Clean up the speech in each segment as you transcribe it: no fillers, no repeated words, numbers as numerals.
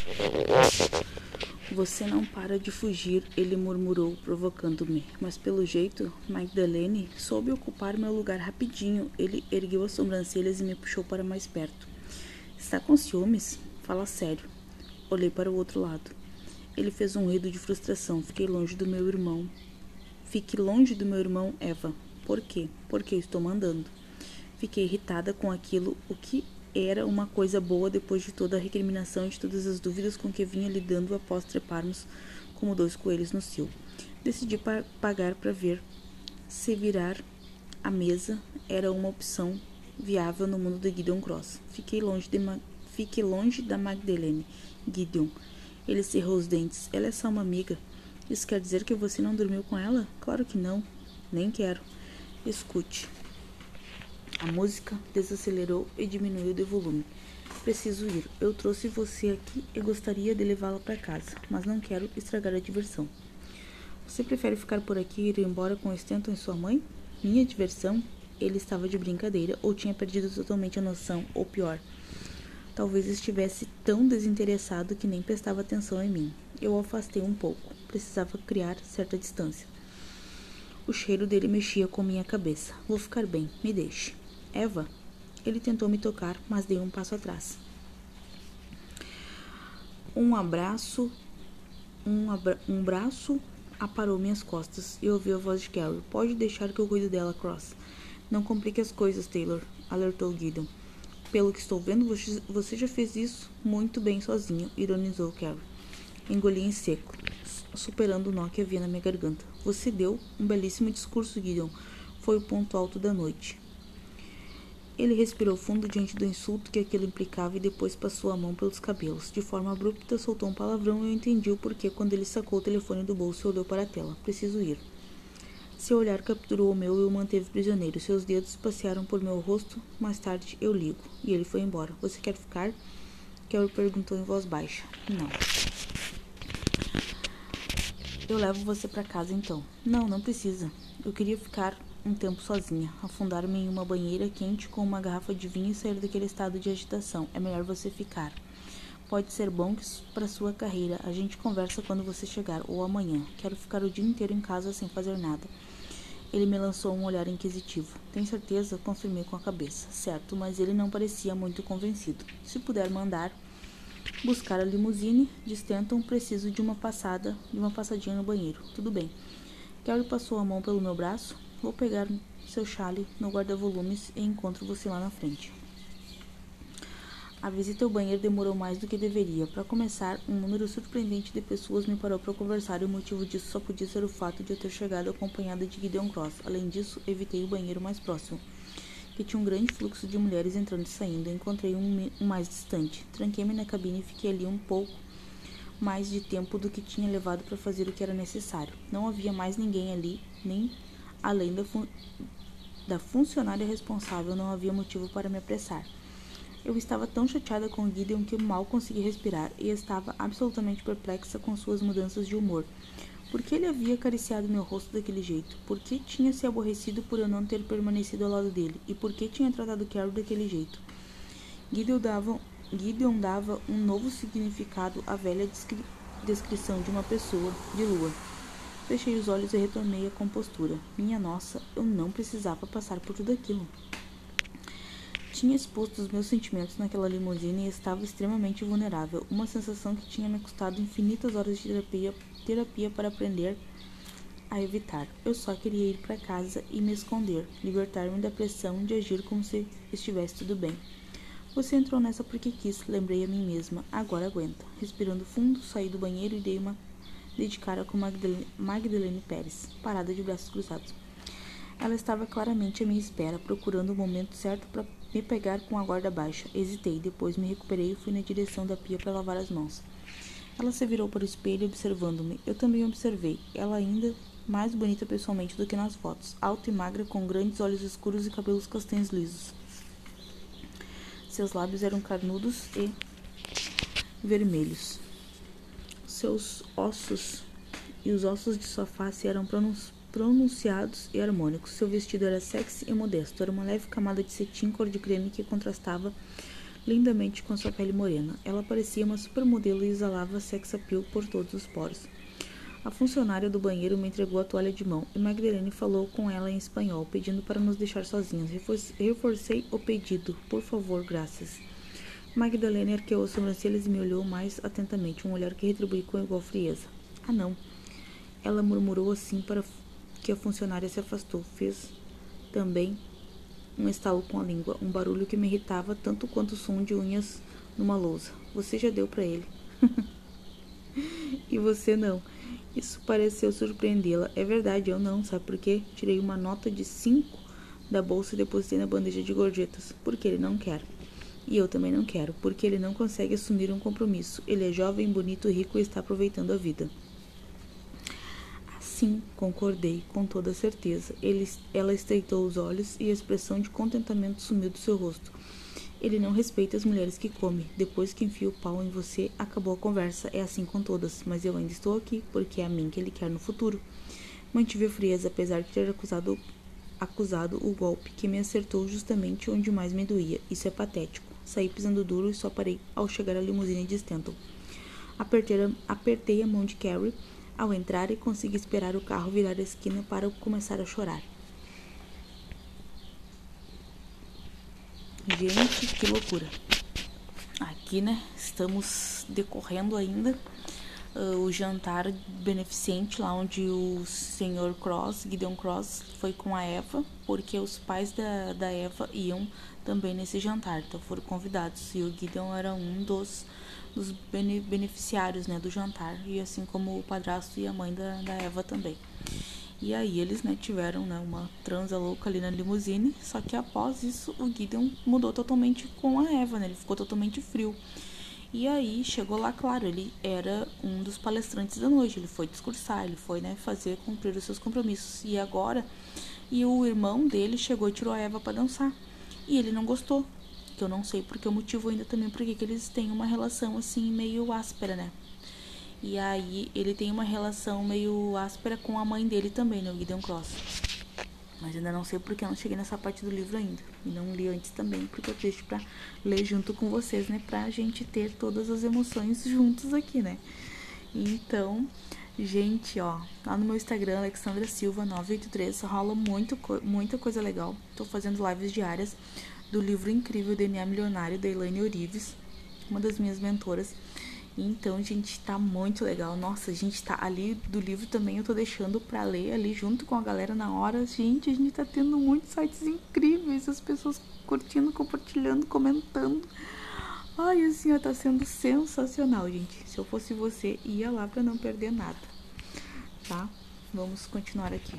Você não para de fugir, ele murmurou, provocando-me. Mas pelo jeito, Magdalene soube ocupar meu lugar rapidinho. Ele ergueu as sobrancelhas e me puxou para mais perto. Está com ciúmes? Fala sério. Olhei para o outro lado. Ele fez um ruído de frustração. Fique longe do meu irmão, Eva. Por quê? Porque eu estou mandando. Fiquei irritada com aquilo, o que era uma coisa boa depois de toda a recriminação e de todas as dúvidas com que vinha lidando após treparmos como 2 coelhos no cio. Decidi pagar para ver se virar a mesa era uma opção viável no mundo de Gideon Cross. Fique longe da Magdalene, Gideon. Ele cerrou os dentes. Ela é só uma amiga. Isso quer dizer que você não dormiu com ela? Claro que não. Nem quero. Escute. A música desacelerou e diminuiu de volume. Preciso ir. Eu trouxe você aqui e gostaria de levá-la para casa, mas não quero estragar a diversão. Você prefere ficar por aqui e ir embora com Stanton e sua mãe? Minha diversão? Ele estava de brincadeira, ou tinha perdido totalmente a noção, ou pior, talvez estivesse tão desinteressado que nem prestava atenção em mim. Eu o afastei um pouco. Precisava criar certa distância. O cheiro dele mexia com minha cabeça. Vou ficar bem, me deixe. Eva? Ele tentou me tocar, mas dei um passo atrás. Um braço aparou minhas costas e ouvi a voz de Carrie. Pode deixar que eu cuido dela, Cross. Não complique as coisas, Taylor, alertou Gideon. Pelo que estou vendo, você já fez isso muito bem sozinho, ironizou Carrie. Engoli em seco, superando o nó que havia na minha garganta. Você deu um belíssimo discurso, Gideon. Foi o ponto alto da noite. Ele respirou fundo diante do insulto que aquilo implicava e depois passou a mão pelos cabelos. De forma abrupta, soltou um palavrão e eu entendi o porquê quando ele sacou o telefone do bolso e olhou para a tela. Preciso ir. Seu olhar capturou o meu e o manteve prisioneiro. Seus dedos passearam por meu rosto. Mais tarde, eu ligo. E ele foi embora. Você quer ficar? Carol perguntou em voz baixa. Não. Eu levo você para casa, então. Não precisa. Eu queria ficar um tempo sozinha, afundar-me em uma banheira quente com uma garrafa de vinho e sair daquele estado de agitação. É melhor você ficar. Pode ser bom para sua carreira. A gente conversa quando você chegar, ou amanhã. Quero ficar o dia inteiro em casa sem fazer nada. Ele me lançou um olhar inquisitivo. Tem certeza? Confirmei com a cabeça. Certo, mas ele não parecia muito convencido. Se puder mandar buscar a limusine de Stanton, preciso de uma passadinha no banheiro. Tudo bem. Carrie passou a mão pelo meu braço. Vou pegar seu chale no guarda-volumes e encontro você lá na frente. A visita ao banheiro demorou mais do que deveria. Para começar, um número surpreendente de pessoas me parou para conversar e o motivo disso só podia ser o fato de eu ter chegado acompanhada de Gideon Cross. Além disso, evitei o banheiro mais próximo, que tinha um grande fluxo de mulheres entrando e saindo. Encontrei um mais distante. Tranquei-me na cabine e fiquei ali um pouco mais de tempo do que tinha levado para fazer o que era necessário. Não havia mais ninguém ali, nem além da funcionária responsável. Não havia motivo para me apressar. Eu estava tão chateada com Gideon que mal consegui respirar e estava absolutamente perplexa com suas mudanças de humor. Por que ele havia acariciado meu rosto daquele jeito? Por que tinha se aborrecido por eu não ter permanecido ao lado dele? E por que tinha tratado Carol daquele jeito? Gideon dava um novo significado à velha descrição de uma pessoa de lua. Fechei os olhos e retornei à compostura. Minha nossa, eu não precisava passar por tudo aquilo. Tinha exposto os meus sentimentos naquela limusine e estava extremamente vulnerável. Uma sensação que tinha me custado infinitas horas de terapia para aprender a evitar. Eu só queria ir para casa e me esconder, libertar-me da pressão de agir como se estivesse tudo bem. Você entrou nessa porque quis, lembrei a mim mesma. Agora aguenta. Respirando fundo, saí do banheiro e dei de cara com Magdalene Pérez, parada de braços cruzados. Ela estava claramente à minha espera, procurando o momento certo para me pegar com a guarda baixa. Hesitei, depois me recuperei e fui na direção da pia para lavar as mãos. Ela se virou para o espelho observando-me. Eu também observei. Ela ainda mais bonita pessoalmente do que nas fotos. Alta e magra, com grandes olhos escuros e cabelos castanhos lisos. Seus lábios eram carnudos e vermelhos. Seus ossos e os ossos de sua face eram pronunciados e harmônicos. Seu vestido era sexy e modesto. Era uma leve camada de cetim cor de creme que contrastava lindamente com sua pele morena. Ela parecia uma supermodelo e exalava sex appeal por todos os poros. A funcionária do banheiro me entregou a toalha de mão e Magdalene falou com ela em espanhol, pedindo para nos deixar sozinhas. Reforcei o pedido. Por favor, graças. Magdalene arqueou as sobrancelhas e me olhou mais atentamente, um olhar que retribuí com igual frieza. Ah, não. Ela murmurou assim para que a funcionária se afastou. Fez também um estalo com a língua, um barulho que me irritava tanto quanto o som de unhas numa lousa. Você já deu para ele. E você não. Isso pareceu surpreendê-la. É verdade, eu não. Sabe por quê? Tirei uma nota de 5 da bolsa e depositei na bandeja de gorjetas. Porque ele não quer. E eu também não quero. Porque ele não consegue assumir um compromisso. Ele é jovem, bonito, rico e está aproveitando a vida. Sim, concordei, com toda certeza. Ela estreitou os olhos e a expressão de contentamento sumiu do seu rosto. Ele não respeita as mulheres que come. Depois que enfia o pau em você, acabou a conversa. É assim com todas. Mas eu ainda estou aqui, porque é a mim que ele quer no futuro. Mantive a frieza, apesar de ter acusado o golpe, que me acertou justamente onde mais me doía. Isso é patético. Saí pisando duro e só parei ao chegar à limusine de Stanton. Apertei a mão de Carrie ao entrar e consegui esperar o carro virar a esquina para começar a chorar. Gente, que loucura. Aqui, né, estamos decorrendo ainda o jantar beneficente lá onde o Sr. Cross, Gideon Cross, foi com a Eva, porque os pais da Eva iam também nesse jantar, então foram convidados, e o Gideon era um dos beneficiários, né, do jantar, e assim como o padrasto e a mãe da Eva também. E aí eles, né, tiveram, né, uma transa louca ali na limusine, só que após isso o Gideon mudou totalmente com a Eva, né, ele ficou totalmente frio. E aí chegou lá, claro, ele era um dos palestrantes da noite, ele foi discursar, ele foi, né, fazer cumprir os seus compromissos. E o irmão dele chegou e tirou a Eva para dançar. E ele não gostou, que eu não sei porque o motivo ainda também porque que eles têm uma relação assim meio áspera, né? E aí ele tem uma relação meio áspera com a mãe dele também, né, o Gideon Cross. Mas ainda não sei porque eu não cheguei nessa parte do livro ainda. E não li antes também, porque eu deixo pra ler junto com vocês, né? Pra gente ter todas as emoções juntos aqui, né? Então, gente, ó, lá no meu Instagram, Alexandra Silva 983, rola muita coisa legal. Tô fazendo lives diárias do livro incrível DNA Milionário, da Elaine Orives, uma das minhas mentoras. Então, gente, tá muito legal. Nossa, a gente tá ali do livro também, eu tô deixando pra ler ali junto com a galera na hora. Gente, a gente tá tendo muitos sites incríveis, as pessoas curtindo, compartilhando, comentando. Ai, assim, ó, tá sendo sensacional, gente. Se eu fosse você, ia lá pra não perder nada, tá? Vamos continuar aqui.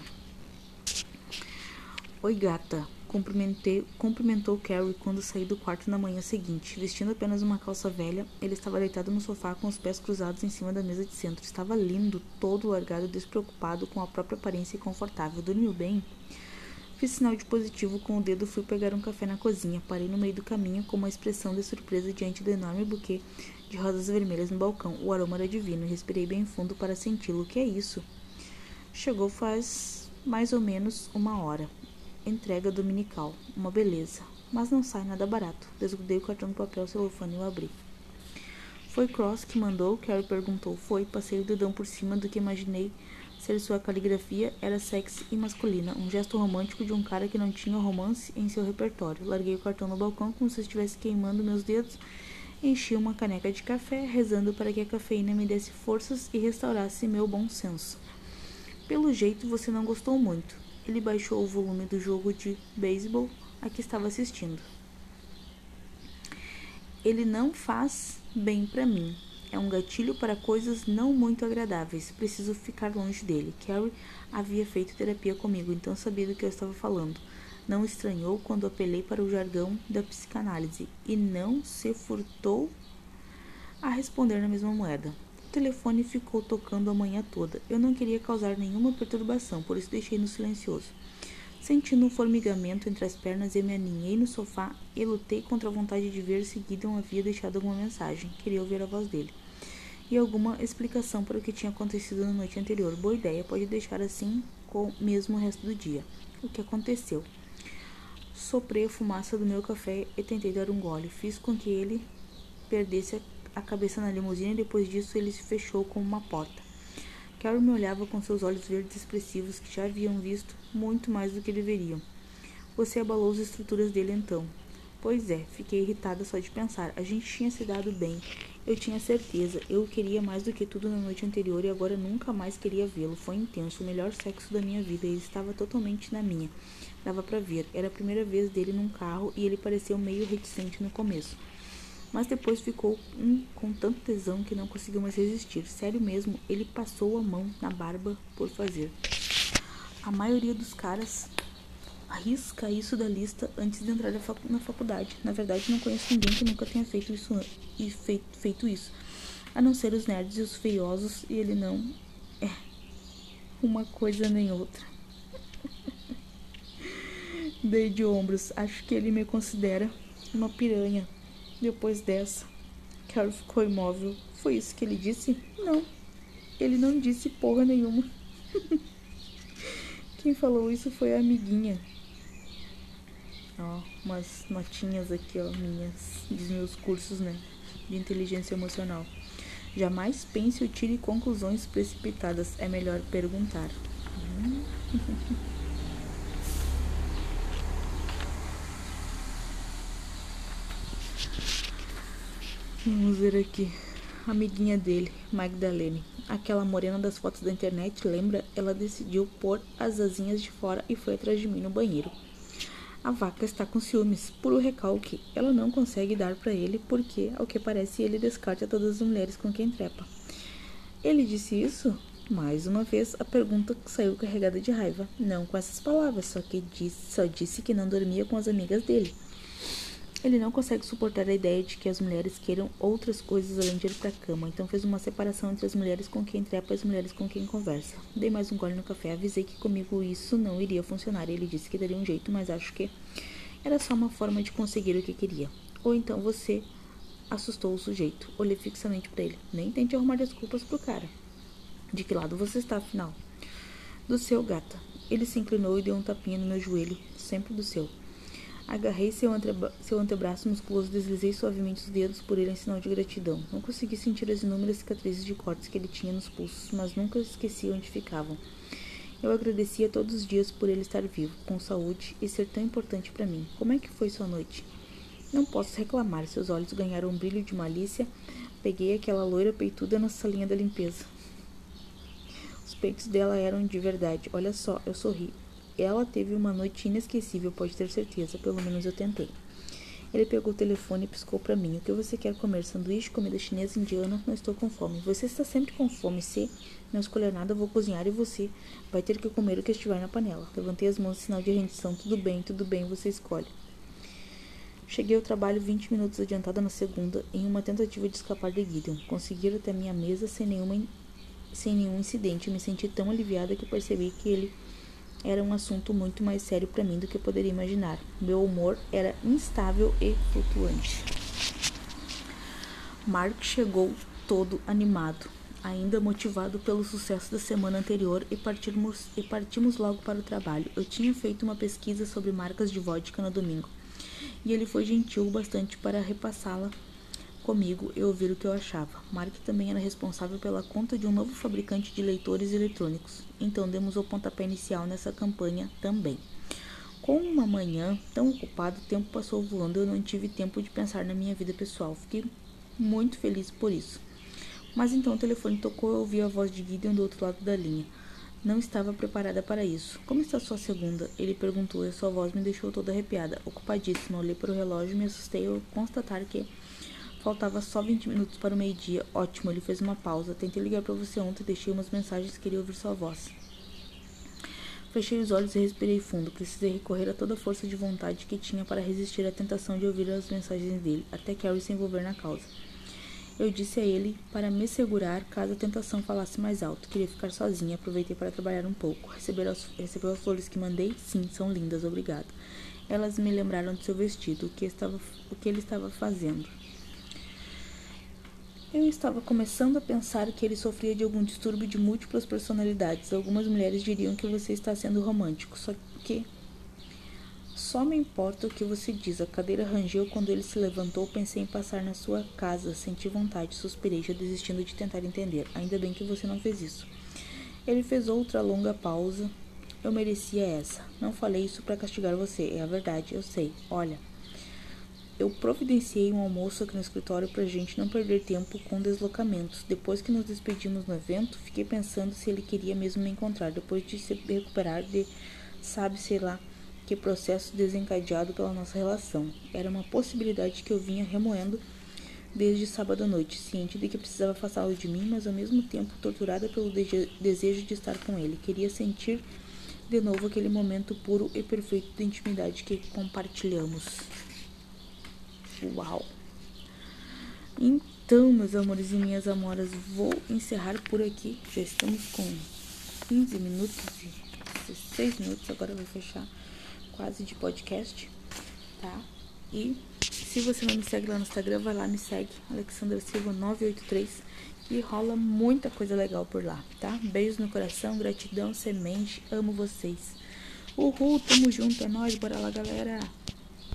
Oi, gata. Cumprimentou Carrie quando saí do quarto na manhã seguinte. Vestindo apenas uma calça velha, ele estava deitado no sofá com os pés cruzados em cima da mesa de centro. Estava lindo, todo largado, despreocupado com a própria aparência e confortável. Dormiu bem? Fiz sinal de positivo com o dedo, fui pegar um café na cozinha. Parei no meio do caminho com uma expressão de surpresa diante do enorme buquê de rosas vermelhas no balcão. O aroma era divino e respirei bem fundo para senti-lo. O que é isso? Chegou faz mais ou menos uma hora. Entrega dominical. Uma beleza. Mas não sai nada barato. Desgrudei o cartão do papel celofane e o abri. Foi Cross que mandou? Carrie perguntou. Foi. Passei o dedão por cima do que imaginei ser sua caligrafia. Era sexy e masculina. Um gesto romântico de um cara que não tinha romance em seu repertório. Larguei o cartão no balcão como se estivesse queimando meus dedos. Enchi uma caneca de café, rezando para que a cafeína me desse forças e restaurasse meu bom senso. Pelo jeito, você não gostou muito. Ele baixou o volume do jogo de beisebol a que estava assistindo. Ele não faz bem para mim. É um gatilho para coisas não muito agradáveis. Preciso ficar longe dele. Carrie havia feito terapia comigo, então sabia do que eu estava falando. Não estranhou quando apelei para o jargão da psicanálise e não se furtou a responder na mesma moeda. O telefone ficou tocando a manhã toda. Eu não queria causar nenhuma perturbação, por isso deixei no silencioso. Sentindo um formigamento entre as pernas, eu me aninhei no sofá e lutei contra a vontade de ver se Gideon havia deixado alguma mensagem. Queria ouvir a voz dele. E alguma explicação para o que tinha acontecido na noite anterior. Boa ideia, pode deixar assim com mesmo o resto do dia. O que aconteceu? Soprei a fumaça do meu café e tentei dar um gole. Fiz com que ele perdesse a cabeça na limusine e depois disso ele se fechou como uma porta. Carol me olhava com seus olhos verdes expressivos que já haviam visto muito mais do que deveriam. Você abalou as estruturas dele então. Pois é, fiquei irritada só de pensar. A gente tinha se dado bem. Eu tinha certeza. Eu o queria mais do que tudo na noite anterior e agora nunca mais queria vê-lo. Foi intenso, o melhor sexo da minha vida. Ele estava totalmente na minha. Dava pra ver. Era a primeira vez dele num carro e ele pareceu meio reticente no começo. Mas depois ficou com tanto tesão que não conseguiu mais resistir. Sério mesmo, ele passou a mão na barba por fazer. A maioria dos caras arrisca isso da lista antes de entrar na faculdade. Na verdade, não conheço ninguém que nunca tenha feito isso. A não ser os nerds e os feiosos, e ele não é uma coisa nem outra. Dei de ombros. Acho que ele me considera uma piranha. Depois dessa, Carol ficou imóvel. Foi isso que ele disse? Não. Ele não disse porra nenhuma. Quem falou isso foi a amiguinha. Ó, umas notinhas aqui, ó, dos meus cursos, né, de inteligência emocional. Jamais pense ou tire conclusões precipitadas. É melhor perguntar. Vamos ver aqui. Amiguinha dele, Magdalene. Aquela morena das fotos da internet, lembra? Ela decidiu pôr as asinhas de fora e foi atrás de mim no banheiro. A vaca está com ciúmes. Puro recalque. Ela não consegue dar pra ele porque, ao que parece, ele descarta todas as mulheres com quem trepa. Ele disse isso? Mais uma vez, a pergunta saiu carregada de raiva. Não com essas palavras, só disse que não dormia com as amigas dele. Ele não consegue suportar a ideia de que as mulheres queiram outras coisas além de ir pra cama, então fez uma separação entre as mulheres com quem trepa e as mulheres com quem conversa. Dei mais um gole no café, avisei que comigo isso não iria funcionar. Ele disse que daria um jeito, mas acho que era só uma forma de conseguir o que queria. Ou então você assustou o sujeito. Olhei fixamente pra ele. Nem tente arrumar desculpas pro cara. De que lado você está, afinal? Do seu, gata. Ele se inclinou e deu um tapinha no meu joelho. Sempre do seu. Agarrei seu antebraço musculoso e deslizei suavemente os dedos por ele em sinal de gratidão. Não consegui sentir as inúmeras cicatrizes de cortes que ele tinha nos pulsos, mas nunca esqueci onde ficavam. Eu agradecia todos os dias por ele estar vivo, com saúde e ser tão importante para mim. Como é que foi sua noite? Não posso reclamar, seus olhos ganharam um brilho de malícia. Peguei aquela loira peituda na salinha da limpeza. Os peitos dela eram de verdade. Olha só, eu sorri. Ela teve uma noite inesquecível, pode ter certeza. Pelo menos eu tentei. Ele pegou o telefone e piscou pra mim. O que você quer comer? Sanduíche, comida chinesa, indiana? Não estou com fome. Você está sempre com fome. Se não escolher nada, eu vou cozinhar e você vai ter que comer o que estiver na panela. Levantei as mãos em sinal de rendição. Tudo bem, você escolhe. Cheguei ao trabalho 20 minutos adiantada na segunda, em uma tentativa de escapar de Gideon. Consegui ir até minha mesa sem nenhum incidente. Me senti tão aliviada que percebi que ele era um assunto muito mais sério para mim do que eu poderia imaginar. Meu humor era instável e flutuante. Mark chegou todo animado, ainda motivado pelo sucesso da semana anterior, e partimos logo para o trabalho. Eu tinha feito uma pesquisa sobre marcas de vodka no domingo, e ele foi gentil bastante para repassá-la comigo e ouvir o que eu achava. Mark também era responsável pela conta de um novo fabricante de leitores eletrônicos, então demos o pontapé inicial nessa campanha também. Com uma manhã tão ocupada, o tempo passou voando e eu não tive tempo de pensar na minha vida pessoal. Fiquei muito feliz por isso. Mas então o telefone tocou e eu ouvi a voz de Gideon do outro lado da linha. Não estava preparada para isso. Como está sua segunda? Ele perguntou e a sua voz me deixou toda arrepiada. Ocupadíssima, olhei para o relógio e me assustei ao constatar que faltava só 20 minutos para o meio-dia. Ótimo, ele fez uma pausa. Tentei ligar para você ontem, deixei umas mensagens, queria ouvir sua voz. Fechei os olhos e respirei fundo. Precisei recorrer a toda a força de vontade que tinha para resistir à tentação de ouvir as mensagens dele, até Carrie se envolver na causa. Eu disse a ele para me segurar caso a tentação falasse mais alto. Queria ficar sozinha, aproveitei para trabalhar um pouco. Recebeu as flores que mandei? Sim, são lindas, obrigado. Elas me lembraram de seu vestido, o que ele estava fazendo. Eu estava começando a pensar que ele sofria de algum distúrbio de múltiplas personalidades. Algumas mulheres diriam que você está sendo romântico, Só me importa o que você diz. A cadeira rangeu quando ele se levantou. Pensei em passar na sua casa. Senti vontade, suspirei, já desistindo de tentar entender. Ainda bem que você não fez isso. Ele fez outra longa pausa. Eu merecia essa. Não falei isso para castigar você. É a verdade, eu sei. Olha, eu providenciei um almoço aqui no escritório pra gente não perder tempo com deslocamentos. Depois que nos despedimos no evento, fiquei pensando se ele queria mesmo me encontrar. Depois de se recuperar de, sei lá, que processo desencadeado pela nossa relação. Era uma possibilidade que eu vinha remoendo desde sábado à noite, ciente de que precisava afastá-lo de mim, mas ao mesmo tempo torturada pelo desejo de estar com ele. Queria sentir de novo aquele momento puro e perfeito de intimidade que compartilhamos. Uau! Então, meus amores e minhas amoras, vou encerrar por aqui. Já estamos com 15 minutos e 16 minutos, agora vai fechar quase de podcast, tá? E se você não me segue lá no Instagram, vai lá, me segue, Alexandra Silva 983, que rola muita coisa legal por lá, tá? Beijos no coração, gratidão, semente, amo vocês. Uhul, tamo junto, é nóis, bora lá, galera!